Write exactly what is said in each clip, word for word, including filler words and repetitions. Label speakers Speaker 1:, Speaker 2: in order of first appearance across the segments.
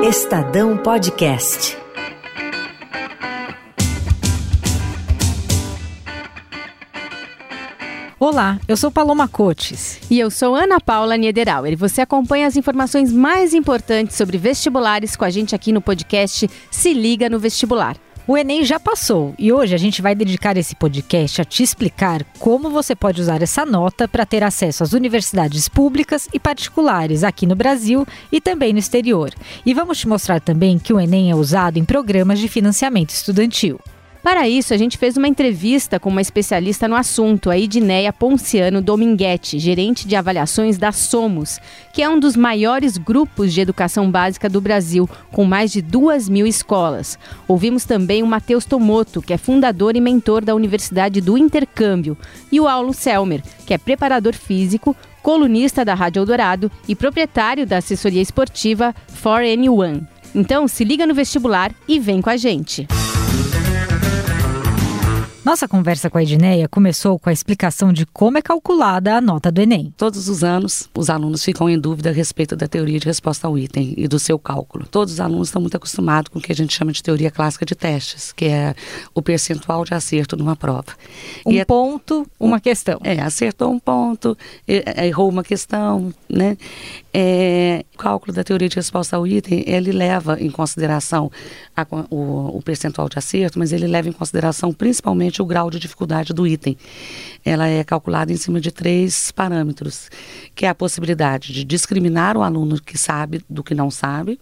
Speaker 1: Estadão Podcast.
Speaker 2: Olá, eu sou Paloma Cotes.
Speaker 3: E eu sou Ana Paula Niederauer. E você acompanha as informações mais importantes sobre vestibulares com a gente aqui no podcast Se Liga no Vestibular.
Speaker 2: O Enem já passou e hoje a gente vai dedicar esse podcast a te explicar como você pode usar essa nota para ter acesso às universidades públicas e particulares aqui no Brasil e também no exterior. E vamos te mostrar também que o Enem é usado em programas de financiamento estudantil.
Speaker 3: Para isso, a gente fez uma entrevista com uma especialista no assunto, a Edneia Ponciano Dominguete, gerente de avaliações da Somos, que é um dos maiores grupos de educação básica do Brasil, com mais de duas mil escolas. Ouvimos também o Matheus Tomoto, que é fundador e mentor da Universidade do Intercâmbio, e o Aulo Selmer, que é preparador físico, colunista da Rádio Eldorado e proprietário da assessoria esportiva For Anyone. Então, se liga no vestibular e vem com a gente.
Speaker 2: Nossa conversa com a Edneia começou com a explicação de como é calculada a nota do Enem.
Speaker 4: Todos os anos, os alunos ficam em dúvida a respeito da teoria de resposta ao item e do seu cálculo. Todos os alunos estão muito acostumados com o que a gente chama de teoria clássica de testes, que é o percentual de acerto numa prova.
Speaker 2: Um
Speaker 4: e
Speaker 2: ponto, é, uma questão.
Speaker 4: É, acertou um ponto, errou uma questão, né? É, o cálculo da teoria de resposta ao item, ele leva em consideração a, o, o percentual de acerto, mas ele leva em consideração principalmente o grau de dificuldade do item. Ela é calculada em cima de três parâmetros, que é a possibilidade de discriminar o aluno que sabe do que não sabe.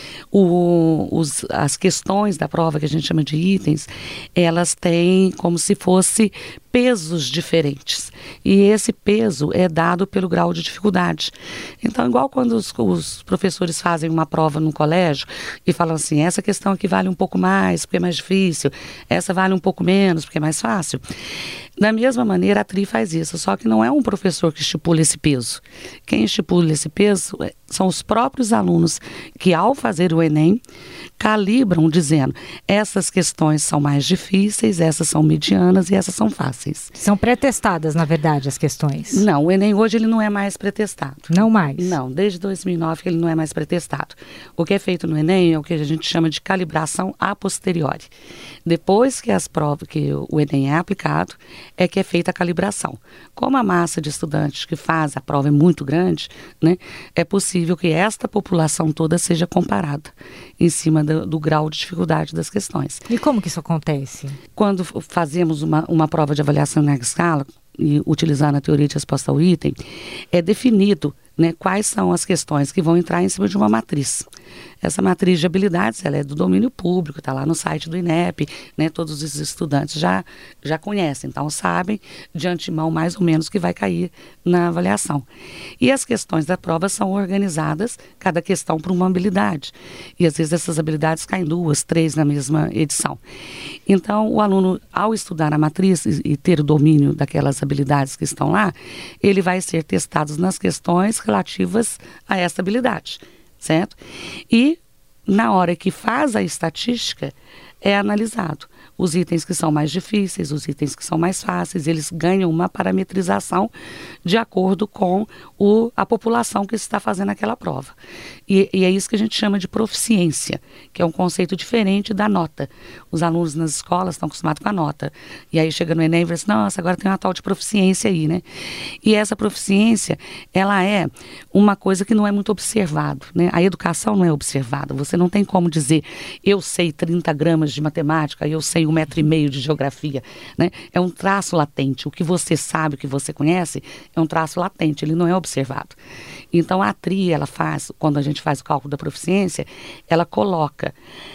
Speaker 4: O, os, as questões da prova, que a gente chama de itens, elas têm como se fosse pesos diferentes. E esse peso é dado pelo grau de dificuldade. Então, igual quando os, os professores fazem uma prova no colégio e falam assim, essa questão aqui vale um pouco mais, porque é mais difícil, essa vale um pouco menos, porque é mais fácil. Da mesma maneira, a T R I faz isso, só que não é um professor que estipula esse peso. Quem estipula esse peso são os próprios alunos que, ao fazer o Enem, calibram dizendo, essas questões são mais difíceis, essas são medianas e essas são fáceis.
Speaker 2: São pré-testadas, na verdade, as questões?
Speaker 4: Não, o Enem hoje ele não é mais pré-testado.
Speaker 2: Não mais?
Speaker 4: Não, desde dois mil e nove ele não é mais pré-testado. O que é feito no Enem é o que a gente chama de calibração a posteriori. Depois que as provas, que o Enem é aplicado, é que é feita a calibração. Como a massa de estudantes que faz a prova é muito grande, né, é possível que esta população toda seja comparada em cima do, do grau de dificuldade das questões.
Speaker 2: E como que isso acontece?
Speaker 4: Quando fazemos uma, uma prova de avaliação na escala, e utilizando a teoria de resposta ao item, é definido, né, quais são as questões que vão entrar em cima de uma matriz. Essa matriz de habilidades, ela é do domínio público, está lá no site do INEP, né, todos os estudantes já, já conhecem, então sabem de antemão mais ou menos o que vai cair na avaliação. E as questões da prova são organizadas, cada questão por uma habilidade. E às vezes essas habilidades caem duas, três na mesma edição. Então o aluno, ao estudar a matriz e, e ter o domínio daquelas habilidades que estão lá, ele vai ser testado nas questões relativas a essa habilidade, certo? E na hora que faz a estatística, é analisado os itens que são mais difíceis, os itens que são mais fáceis, eles ganham uma parametrização de acordo com o, a população que está fazendo aquela prova. E, e é isso que a gente chama de proficiência, que é um conceito diferente da nota. Os alunos nas escolas estão acostumados com a nota. E aí chega no Enem e fala assim, nossa, agora tem uma tal de proficiência aí, né? E essa proficiência, ela é uma coisa que não é muito observado, né? A educação não é observada. Você não tem como dizer, eu sei trinta gramas de matemática, eu sei um metro e meio de geografia, né? É um traço latente. O que você sabe, o que você conhece, é um traço latente, ele não é observado. Então a T R I, ela faz, quando a gente faz o cálculo da proficiência, ela coloca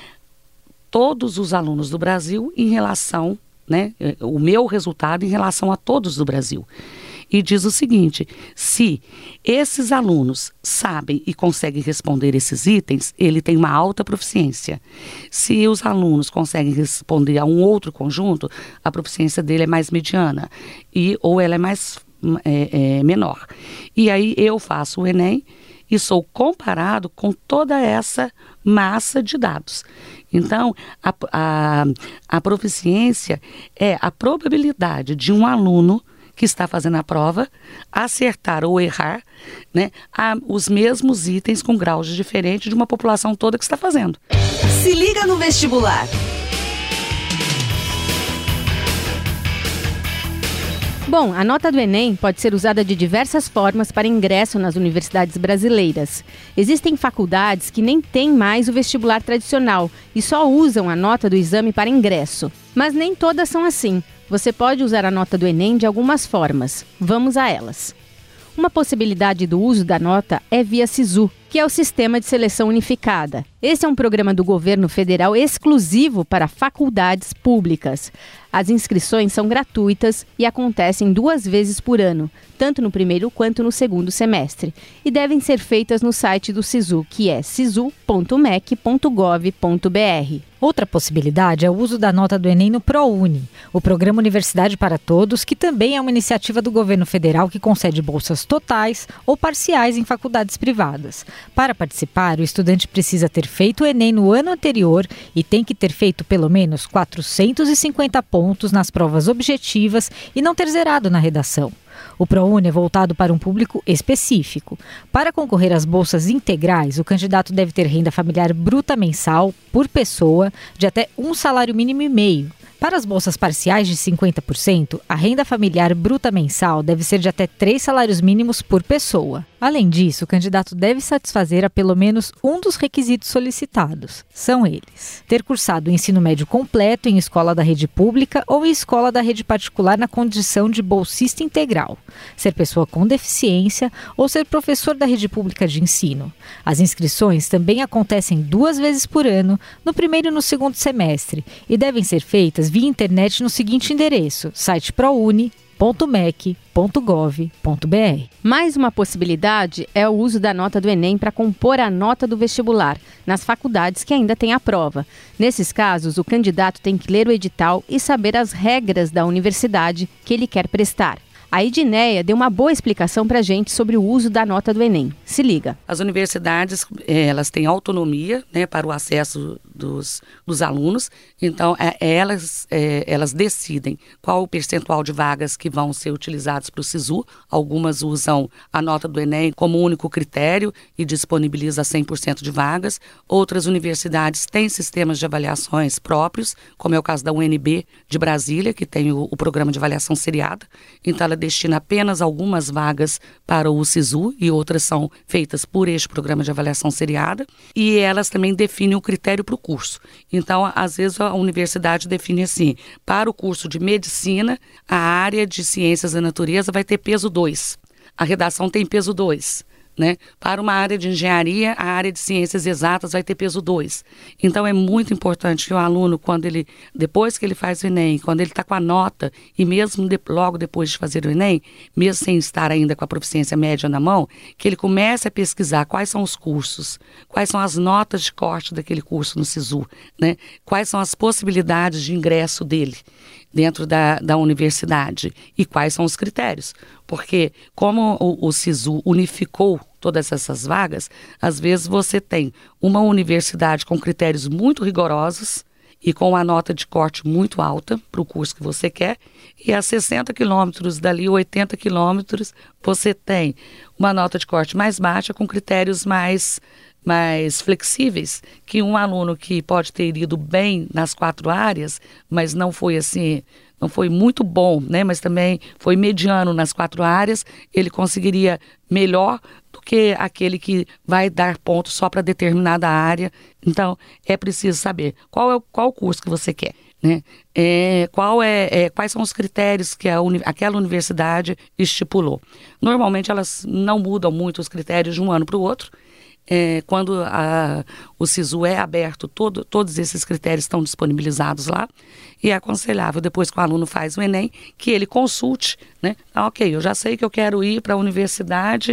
Speaker 4: todos os alunos do Brasil em relação, né, o meu resultado em relação a todos do Brasil. E diz o seguinte, se esses alunos sabem e conseguem responder esses itens, ele tem uma alta proficiência. Se os alunos conseguem responder a um outro conjunto, a proficiência dele é mais mediana, e, ou ela é mais é, é, menor. E aí eu faço o Enem e sou comparado com toda essa massa de dados. Então, a, a, a proficiência é a probabilidade de um aluno que está fazendo a prova acertar ou errar, né, a, os mesmos itens com graus diferentes de uma população toda que está fazendo.
Speaker 1: Se liga no vestibular.
Speaker 3: Bom, a nota do Enem pode ser usada de diversas formas para ingresso nas universidades brasileiras. Existem faculdades que nem têm mais o vestibular tradicional e só usam a nota do exame para ingresso. Mas nem todas são assim. Você pode usar a nota do Enem de algumas formas. Vamos a elas. Uma possibilidade do uso da nota é via SISU, que é o Sistema de Seleção Unificada. Esse é um programa do governo federal exclusivo para faculdades públicas. As inscrições são gratuitas e acontecem duas vezes por ano, tanto no primeiro quanto no segundo semestre, e devem ser feitas no site do SISU, que é sisu ponto mec ponto gov ponto br.
Speaker 2: Outra possibilidade é o uso da nota do Enem no ProUni, o Programa Universidade para Todos, que também é uma iniciativa do governo federal que concede bolsas totais ou parciais em faculdades privadas. Para participar, o estudante precisa ter feito o Enem no ano anterior e tem que ter feito pelo menos quatrocentos e cinquenta pontos nas provas objetivas e não ter zerado na redação. O ProUni é voltado para um público específico. Para concorrer às bolsas integrais, o candidato deve ter renda familiar bruta mensal, por pessoa, de até um salário mínimo e meio. Para as bolsas parciais de cinquenta por cento, a renda familiar bruta mensal deve ser de até três salários mínimos por pessoa. Além disso, o candidato deve satisfazer a pelo menos um dos requisitos solicitados. São eles: ter cursado o ensino médio completo em escola da rede pública ou em escola da rede particular na condição de bolsista integral, ser pessoa com deficiência ou ser professor da rede pública de ensino. As inscrições também acontecem duas vezes por ano, no primeiro e no segundo semestre, e devem ser feitas via internet no seguinte endereço: site prouni ponto mec ponto gov ponto br.
Speaker 3: Mais uma possibilidade é o uso da nota do Enem para compor a nota do vestibular nas faculdades que ainda têm a prova. Nesses casos, o candidato tem que ler o edital e saber as regras da universidade que ele quer prestar. A Edneia deu uma boa explicação para a gente sobre o uso da nota do Enem. Se liga.
Speaker 4: As universidades, elas têm autonomia, né, para o acesso dos, dos alunos, então é, elas, é, elas decidem qual o percentual de vagas que vão ser utilizadas para o SISU. Algumas usam a nota do Enem como único critério e disponibiliza cem por cento de vagas. Outras universidades têm sistemas de avaliações próprios, como é o caso da U N B de Brasília, que tem o, o programa de avaliação seriada. Então ela destina apenas algumas vagas para o SISU e outras são feitas por este programa de avaliação seriada, e elas também definem o critério para o curso. Então, às vezes a universidade define assim: para o curso de medicina, a área de ciências da natureza vai ter peso dois, a redação tem peso dois. Né? Para uma área de engenharia, a área de ciências exatas vai ter peso dois. Então é muito importante que o aluno, quando ele, depois que ele faz o Enem, quando ele está com a nota, e mesmo de, logo depois de fazer o Enem, mesmo sem estar ainda com a proficiência média na mão, que ele comece a pesquisar quais são os cursos, quais são as notas de corte daquele curso no SISU, né? Quais são as possibilidades de ingresso dele dentro da, da universidade e quais são os critérios. Porque como o, o SISU unificou todas essas vagas, às vezes você tem uma universidade com critérios muito rigorosos e com a nota de corte muito alta para o curso que você quer, e a sessenta quilômetros dali, oitenta quilômetros, você tem uma nota de corte mais baixa com critérios mais mais flexíveis, que um aluno que pode ter ido bem nas quatro áreas, mas não foi assim, não foi muito bom, né? Mas também foi mediano nas quatro áreas, ele conseguiria melhor do que aquele que vai dar ponto só para determinada área. Então, é preciso saber qual é o, qual curso que você quer, né? É, qual é, é, quais são os critérios que a uni, aquela universidade estipulou. Normalmente, elas não mudam muito os critérios de um ano para o outro. É, quando a, o SISU é aberto, todo, todos esses critérios estão disponibilizados lá, e é aconselhável, depois que o aluno faz o Enem, que ele consulte, né? Ah, ok, eu já sei que eu quero ir para a universidade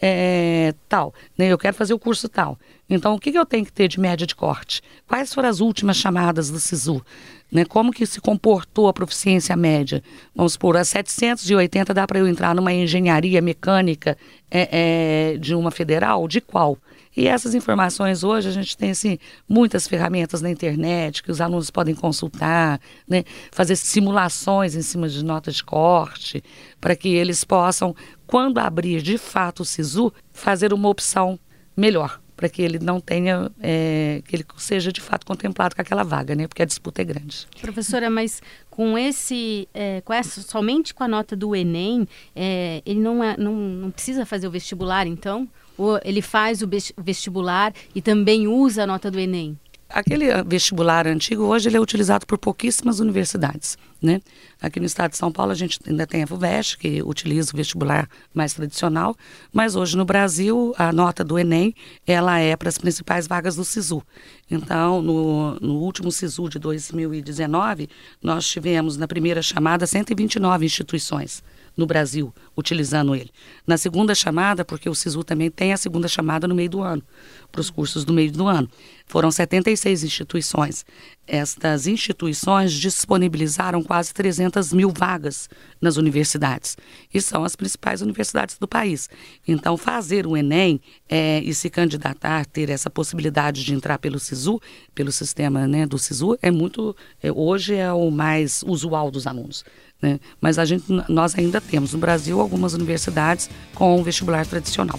Speaker 4: é, tal, né? Eu quero fazer o curso tal. Então, o que, que eu tenho que ter de média de corte? Quais foram as últimas chamadas do SISU? Né? Como que se comportou a proficiência média? Vamos supor, a setecentos e oitenta dá para eu entrar numa engenharia mecânica é, é, de uma federal? De qual? E essas informações hoje a gente tem assim, muitas ferramentas na internet que os alunos podem consultar, né? Fazer simulações em cima de notas de corte, para que eles possam, quando abrir de fato o SISU, fazer uma opção melhor, para que ele não tenha, é, que ele seja de fato contemplado com aquela vaga, né? Porque a disputa é grande.
Speaker 3: Professora, mas com esse, é, com essa, somente com a nota do Enem, é, ele não, é, não, não precisa fazer o vestibular, então? Ou ele faz o vestibular e também usa a nota do Enem?
Speaker 4: Aquele vestibular antigo, hoje ele é utilizado por pouquíssimas universidades, né? Aqui no estado de São Paulo a gente ainda tem a FUVEST, que utiliza o vestibular mais tradicional, mas hoje no Brasil a nota do Enem, ela é para as principais vagas do SISU. Então, no, no último SISU de dois mil e dezenove, nós tivemos na primeira chamada cento e vinte e nove instituições no Brasil utilizando ele. Na segunda chamada, porque o SISU também tem a segunda chamada no meio do ano, para os cursos do meio do ano, foram setenta e seis instituições. Estas instituições disponibilizaram quase trezentas mil vagas nas universidades, e são as principais universidades do país. Então, fazer o Enem é, e se candidatar, ter essa possibilidade de entrar pelo SISU, pelo sistema, né, do SISU, é muito, é, hoje é o mais usual dos alunos. Né? Mas a gente, nós ainda temos no Brasil algumas universidades com o vestibular tradicional.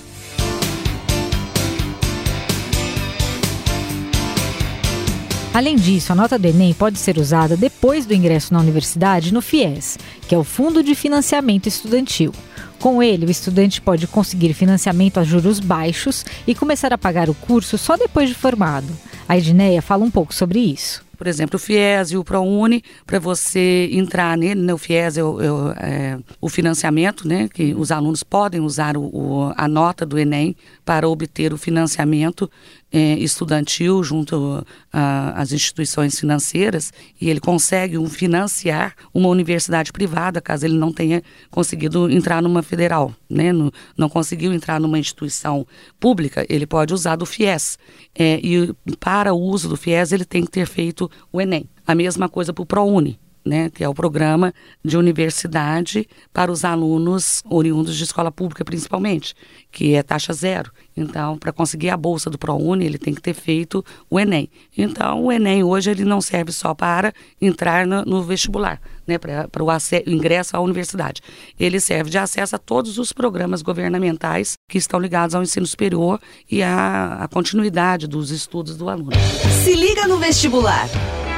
Speaker 2: Além disso, a nota do Enem pode ser usada depois do ingresso na universidade no FIES, que é o Fundo de Financiamento Estudantil. Com ele, o estudante pode conseguir financiamento a juros baixos e começar a pagar o curso só depois de formado. A Edneia fala um pouco sobre isso.
Speaker 4: Por exemplo, o FIES e o ProUni, para você entrar nele, né, o FIES é o, é o, é o financiamento, né, que os alunos podem usar o, o, a nota do Enem para obter o financiamento é, estudantil junto às instituições financeiras, e ele consegue um, financiar uma universidade privada, caso ele não tenha conseguido entrar numa federal, né, no, não conseguiu entrar numa instituição pública, ele pode usar do FIES. É, e para o uso do FIES, ele tem que ter feito o Enem. A mesma coisa para o ProUni, né, que é o programa de universidade para os alunos oriundos de escola pública principalmente, que é taxa zero. Então, para conseguir a bolsa do ProUni, ele tem que ter feito o Enem. Então, o Enem hoje ele não serve só para entrar no, no vestibular, né, para, para o, o ingresso à universidade. Ele serve de acesso a todos os programas governamentais que estão ligados ao ensino superior e à, à continuidade dos estudos do aluno.
Speaker 1: Se liga no vestibular.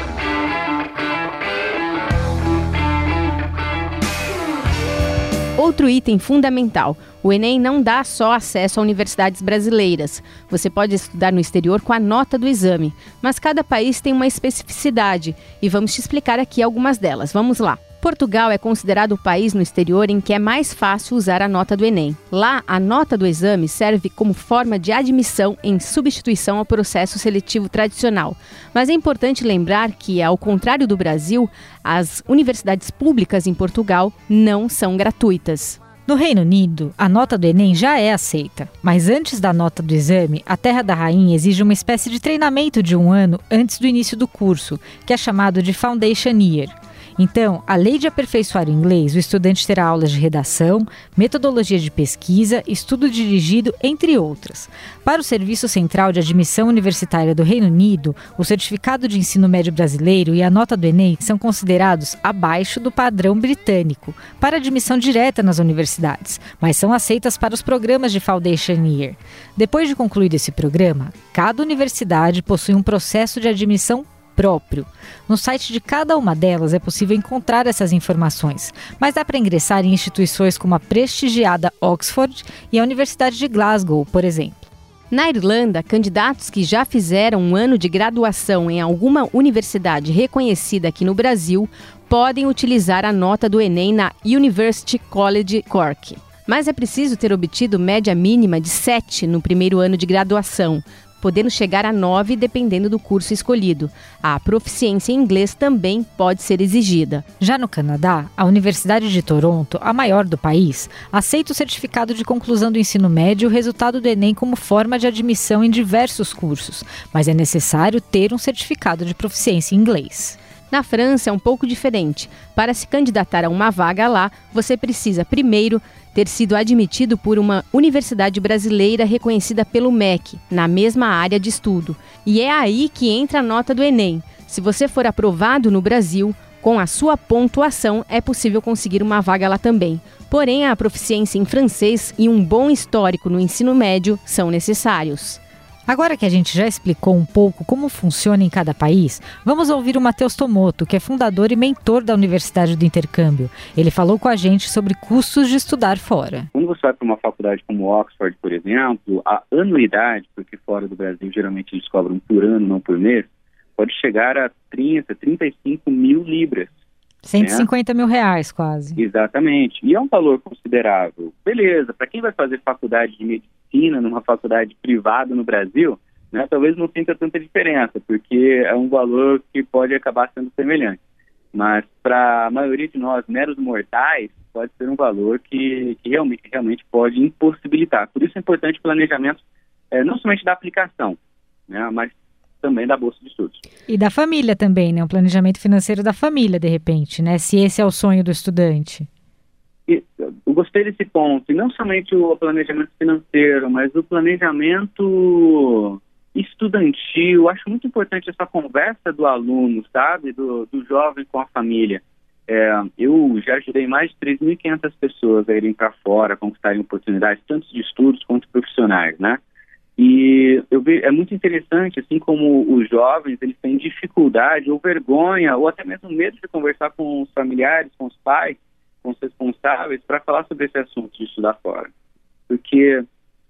Speaker 3: Outro item fundamental, o Enem não dá só acesso a universidades brasileiras. Você pode estudar no exterior com a nota do exame, mas cada país tem uma especificidade e vamos te explicar aqui algumas delas. Vamos lá. Portugal é considerado o país no exterior em que é mais fácil usar a nota do Enem. Lá, a nota do exame serve como forma de admissão em substituição ao processo seletivo tradicional. Mas é importante lembrar que, ao contrário do Brasil, as universidades públicas em Portugal não são gratuitas.
Speaker 2: No Reino Unido, a nota do Enem já é aceita, mas antes da nota do exame, a Terra da Rainha exige uma espécie de treinamento de um ano antes do início do curso, que é chamado de Foundation Year. Então, além de aperfeiçoar o inglês, o estudante terá aulas de redação, metodologia de pesquisa, estudo dirigido, entre outras. Para o Serviço Central de Admissão Universitária do Reino Unido, o Certificado de Ensino Médio Brasileiro e a nota do Enem são considerados abaixo do padrão britânico para admissão direta nas universidades, mas são aceitas para os programas de Foundation Year. Depois de concluído esse programa, cada universidade possui um processo de admissão próprio. No site de cada uma delas é possível encontrar essas informações, mas dá para ingressar em instituições como a prestigiada Oxford e a Universidade de Glasgow, por exemplo.
Speaker 3: Na Irlanda, candidatos que já fizeram um ano de graduação em alguma universidade reconhecida aqui no Brasil podem utilizar a nota do Enem na University College Cork. Mas é preciso ter obtido média mínima de sete no primeiro ano de graduação, podendo chegar a nove dependendo do curso escolhido. A proficiência em inglês também pode ser exigida.
Speaker 2: Já no Canadá, a Universidade de Toronto, a maior do país, aceita o certificado de conclusão do ensino médio e o resultado do Enem como forma de admissão em diversos cursos, mas é necessário ter um certificado de proficiência em inglês.
Speaker 3: Na França é um pouco diferente. Para se candidatar a uma vaga lá, você precisa, primeiro, ter sido admitido por uma universidade brasileira reconhecida pelo M E C, na mesma área de estudo. E é aí que entra a nota do Enem. Se você for aprovado no Brasil, com a sua pontuação, é possível conseguir uma vaga lá também. Porém, a proficiência em francês e um bom histórico no ensino médio são necessários.
Speaker 2: Agora que a gente já explicou um pouco como funciona em cada país, vamos ouvir o Matheus Tomoto, que é fundador e mentor da Universidade do Intercâmbio. Ele falou com a gente sobre custos de estudar fora.
Speaker 5: Quando você vai para uma faculdade como Oxford, por exemplo, a anuidade, porque fora do Brasil geralmente eles cobram por ano, não por mês, pode chegar a trinta, trinta e cinco mil libras.
Speaker 2: cento e cinquenta mil reais quase.
Speaker 5: Exatamente. E é um valor considerável. Beleza, para quem vai fazer faculdade de medicina numa faculdade privada no Brasil, né, talvez não sinta tanta diferença, porque é um valor que pode acabar sendo semelhante. Mas para a maioria de nós, meros mortais, pode ser um valor que, que realmente, realmente pode impossibilitar. Por isso é importante o planejamento, é, não somente da aplicação, né, mas também da bolsa de estudos.
Speaker 2: E da família também, né? Um planejamento financeiro da família, de repente, né? Se esse é o sonho do estudante.
Speaker 5: E, eu gostei desse ponto. E não somente o planejamento financeiro, mas o planejamento estudantil. Eu acho muito importante essa conversa do aluno, sabe? Do, do jovem com a família. É, eu já ajudei mais de três mil e quinhentas pessoas a irem para fora, a conquistarem oportunidades, tanto de estudos quanto profissionais, né? E eu vejo, é muito interessante, assim como os jovens, eles têm dificuldade ou vergonha, ou até mesmo medo de conversar com os familiares, com os pais, com os responsáveis, para falar sobre esse assunto de estudar fora. Porque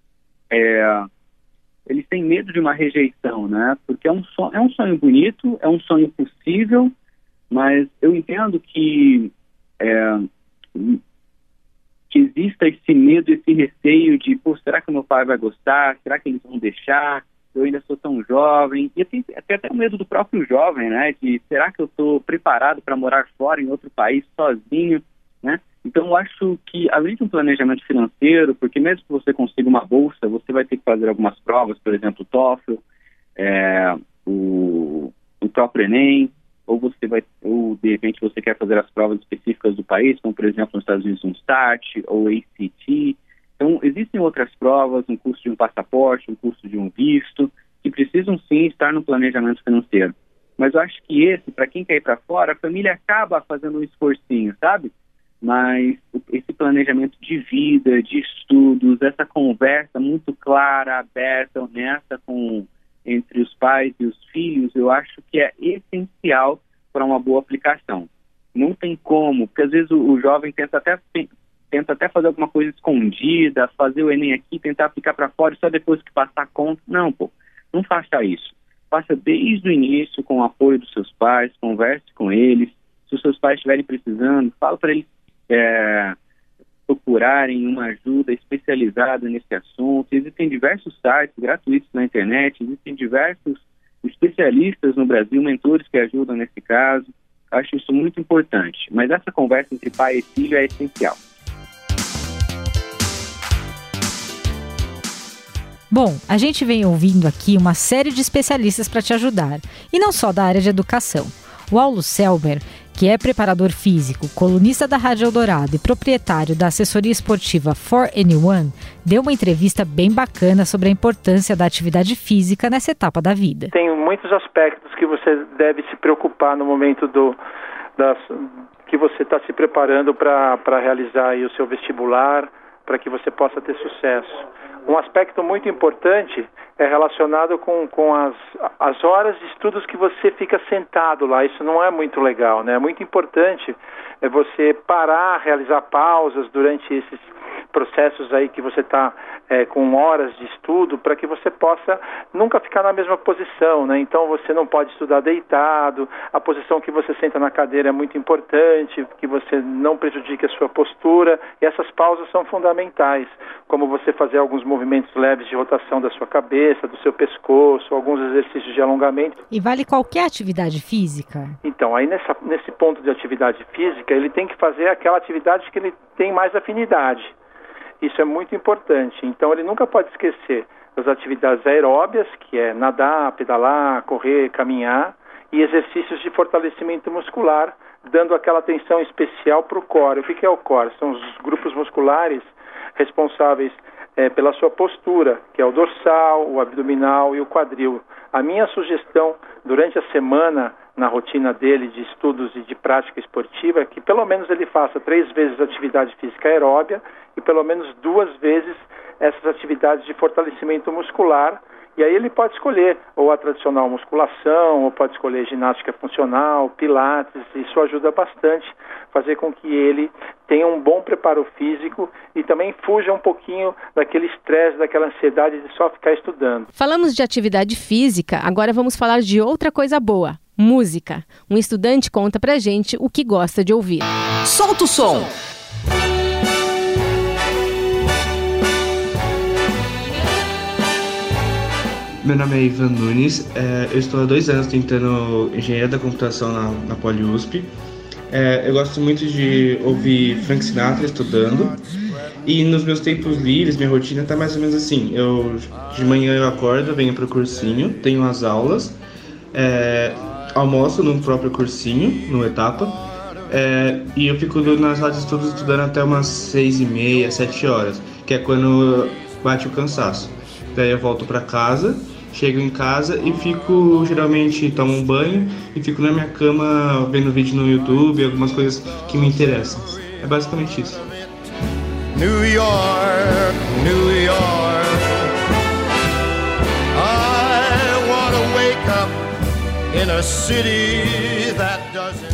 Speaker 5: é, eles têm medo de uma rejeição, né? Porque é um, sonho, é um sonho bonito, é um sonho possível, mas eu entendo que... É, que exista esse medo, esse receio de, pô, será que o meu pai vai gostar? Será que eles vão deixar? Eu ainda sou tão jovem. E tem, tem até o medo do próprio jovem, né? De, será que eu estou preparado para morar fora, em outro país, sozinho, né? Então, eu acho que, além de um planejamento financeiro, porque mesmo que você consiga uma bolsa, você vai ter que fazer algumas provas, por exemplo, o TOEFL, é, o, o próprio Enem, ou você vai, ou de repente você quer fazer as provas específicas do país, como por exemplo nos Estados Unidos um START ou A C T. Então existem outras provas, um custo de um passaporte, um custo de um visto, que precisam sim estar no planejamento financeiro. Mas eu acho que esse, para quem quer ir para fora, a família acaba fazendo um esforcinho, sabe? Mas esse planejamento de vida, de estudos, essa conversa muito clara, aberta, honesta com entre os pais e os filhos, eu acho que é essencial para uma boa aplicação. Não tem como, porque às vezes o, o jovem tenta até, tenta até fazer alguma coisa escondida, fazer o Enem aqui, tentar ficar para fora e só depois que passar a conta. Não, pô, não faça isso. Faça desde o início com o apoio dos seus pais, converse com eles. Se os seus pais estiverem precisando, fala para eles é, procurarem uma ajuda especializada nesse assunto. Existem diversos sites gratuitos na internet, existem diversos especialistas no Brasil, mentores que ajudam nesse caso. Acho isso muito importante. Mas essa conversa entre pai e filho é essencial.
Speaker 2: Bom, a gente vem ouvindo aqui uma série de especialistas para te ajudar, e não só da área de educação. O Aulo Selber, que é preparador físico, colunista da Rádio Eldorado e proprietário da assessoria esportiva For Anyone, deu uma entrevista bem bacana sobre a importância da atividade física nessa etapa da vida.
Speaker 6: Tem muitos aspectos que você deve se preocupar no momento do, das, que você está se preparando para realizar aí o seu vestibular, para que você possa ter sucesso. Um aspecto muito importante é relacionado com, com as, as horas de estudos que você fica sentado lá. Isso não é muito legal, né? É muito importante é você parar, realizar pausas durante esses processos aí que você está é, com horas de estudo, para que você possa nunca ficar na mesma posição, né? Então você não pode estudar deitado, a posição que você senta na cadeira é muito importante, que você não prejudique a sua postura, e essas pausas são fundamentais, como você fazer alguns movimentos leves de rotação da sua cabeça, do seu pescoço, alguns exercícios de alongamento.
Speaker 2: E vale qualquer atividade física?
Speaker 6: Então, aí nessa, nesse ponto de atividade física, ele tem que fazer aquela atividade que ele tem mais afinidade. Isso é muito importante. Então, ele nunca pode esquecer das atividades aeróbias, que é nadar, pedalar, correr, caminhar, e exercícios de fortalecimento muscular, dando aquela atenção especial para o core. O que é o core? São os grupos musculares responsáveis é, pela sua postura, que é o dorsal, o abdominal e o quadril. A minha sugestão durante a semana, na rotina dele de estudos e de prática esportiva, é que pelo menos ele faça três vezes atividade física aeróbia e pelo menos duas vezes essas atividades de fortalecimento muscular. E aí ele pode escolher ou a tradicional musculação, ou pode escolher ginástica funcional, pilates. Isso ajuda bastante a fazer com que ele tenha um bom preparo físico e também fuja um pouquinho daquele estresse, daquela ansiedade de só ficar estudando.
Speaker 3: Falamos de atividade física, agora vamos falar de outra coisa boa, música. Um estudante conta pra gente o que gosta de ouvir.
Speaker 1: Solta o som!
Speaker 7: Meu nome é Ivan Nunes, é, eu estou há dois anos tentando engenharia da computação na, na Poli U S P. É, eu gosto muito de ouvir Frank Sinatra estudando e nos meus tempos livres, minha rotina está mais ou menos assim. Eu, de manhã eu acordo, venho para o cursinho, tenho as aulas, é, almoço no próprio cursinho, no Etapa, é, e eu fico nas salas de estudos estudando até umas seis e meia, sete horas, que é quando bate o cansaço. Daí eu volto para casa. Chego em casa e fico, geralmente, tomo um banho e fico na minha cama vendo vídeo no YouTube, algumas coisas que me interessam. É basicamente isso.
Speaker 8: New York, New York, I wanna wake up in a city that doesn't.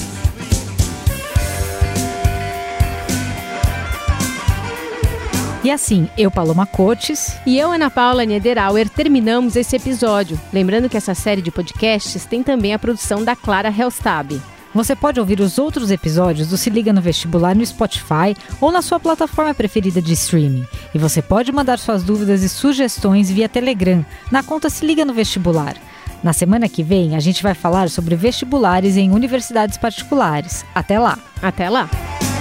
Speaker 2: E assim, eu, Paloma Cotes,
Speaker 3: e eu, Ana Paula Niederauer, terminamos esse episódio. Lembrando que essa série de podcasts tem também a produção da Clara Helstab.
Speaker 2: Você pode ouvir os outros episódios do Se Liga no Vestibular no Spotify ou na sua plataforma preferida de streaming. E você pode mandar suas dúvidas e sugestões via Telegram, na conta Se Liga no Vestibular. Na semana que vem, a gente vai falar sobre vestibulares em universidades particulares. Até lá!
Speaker 3: Até lá!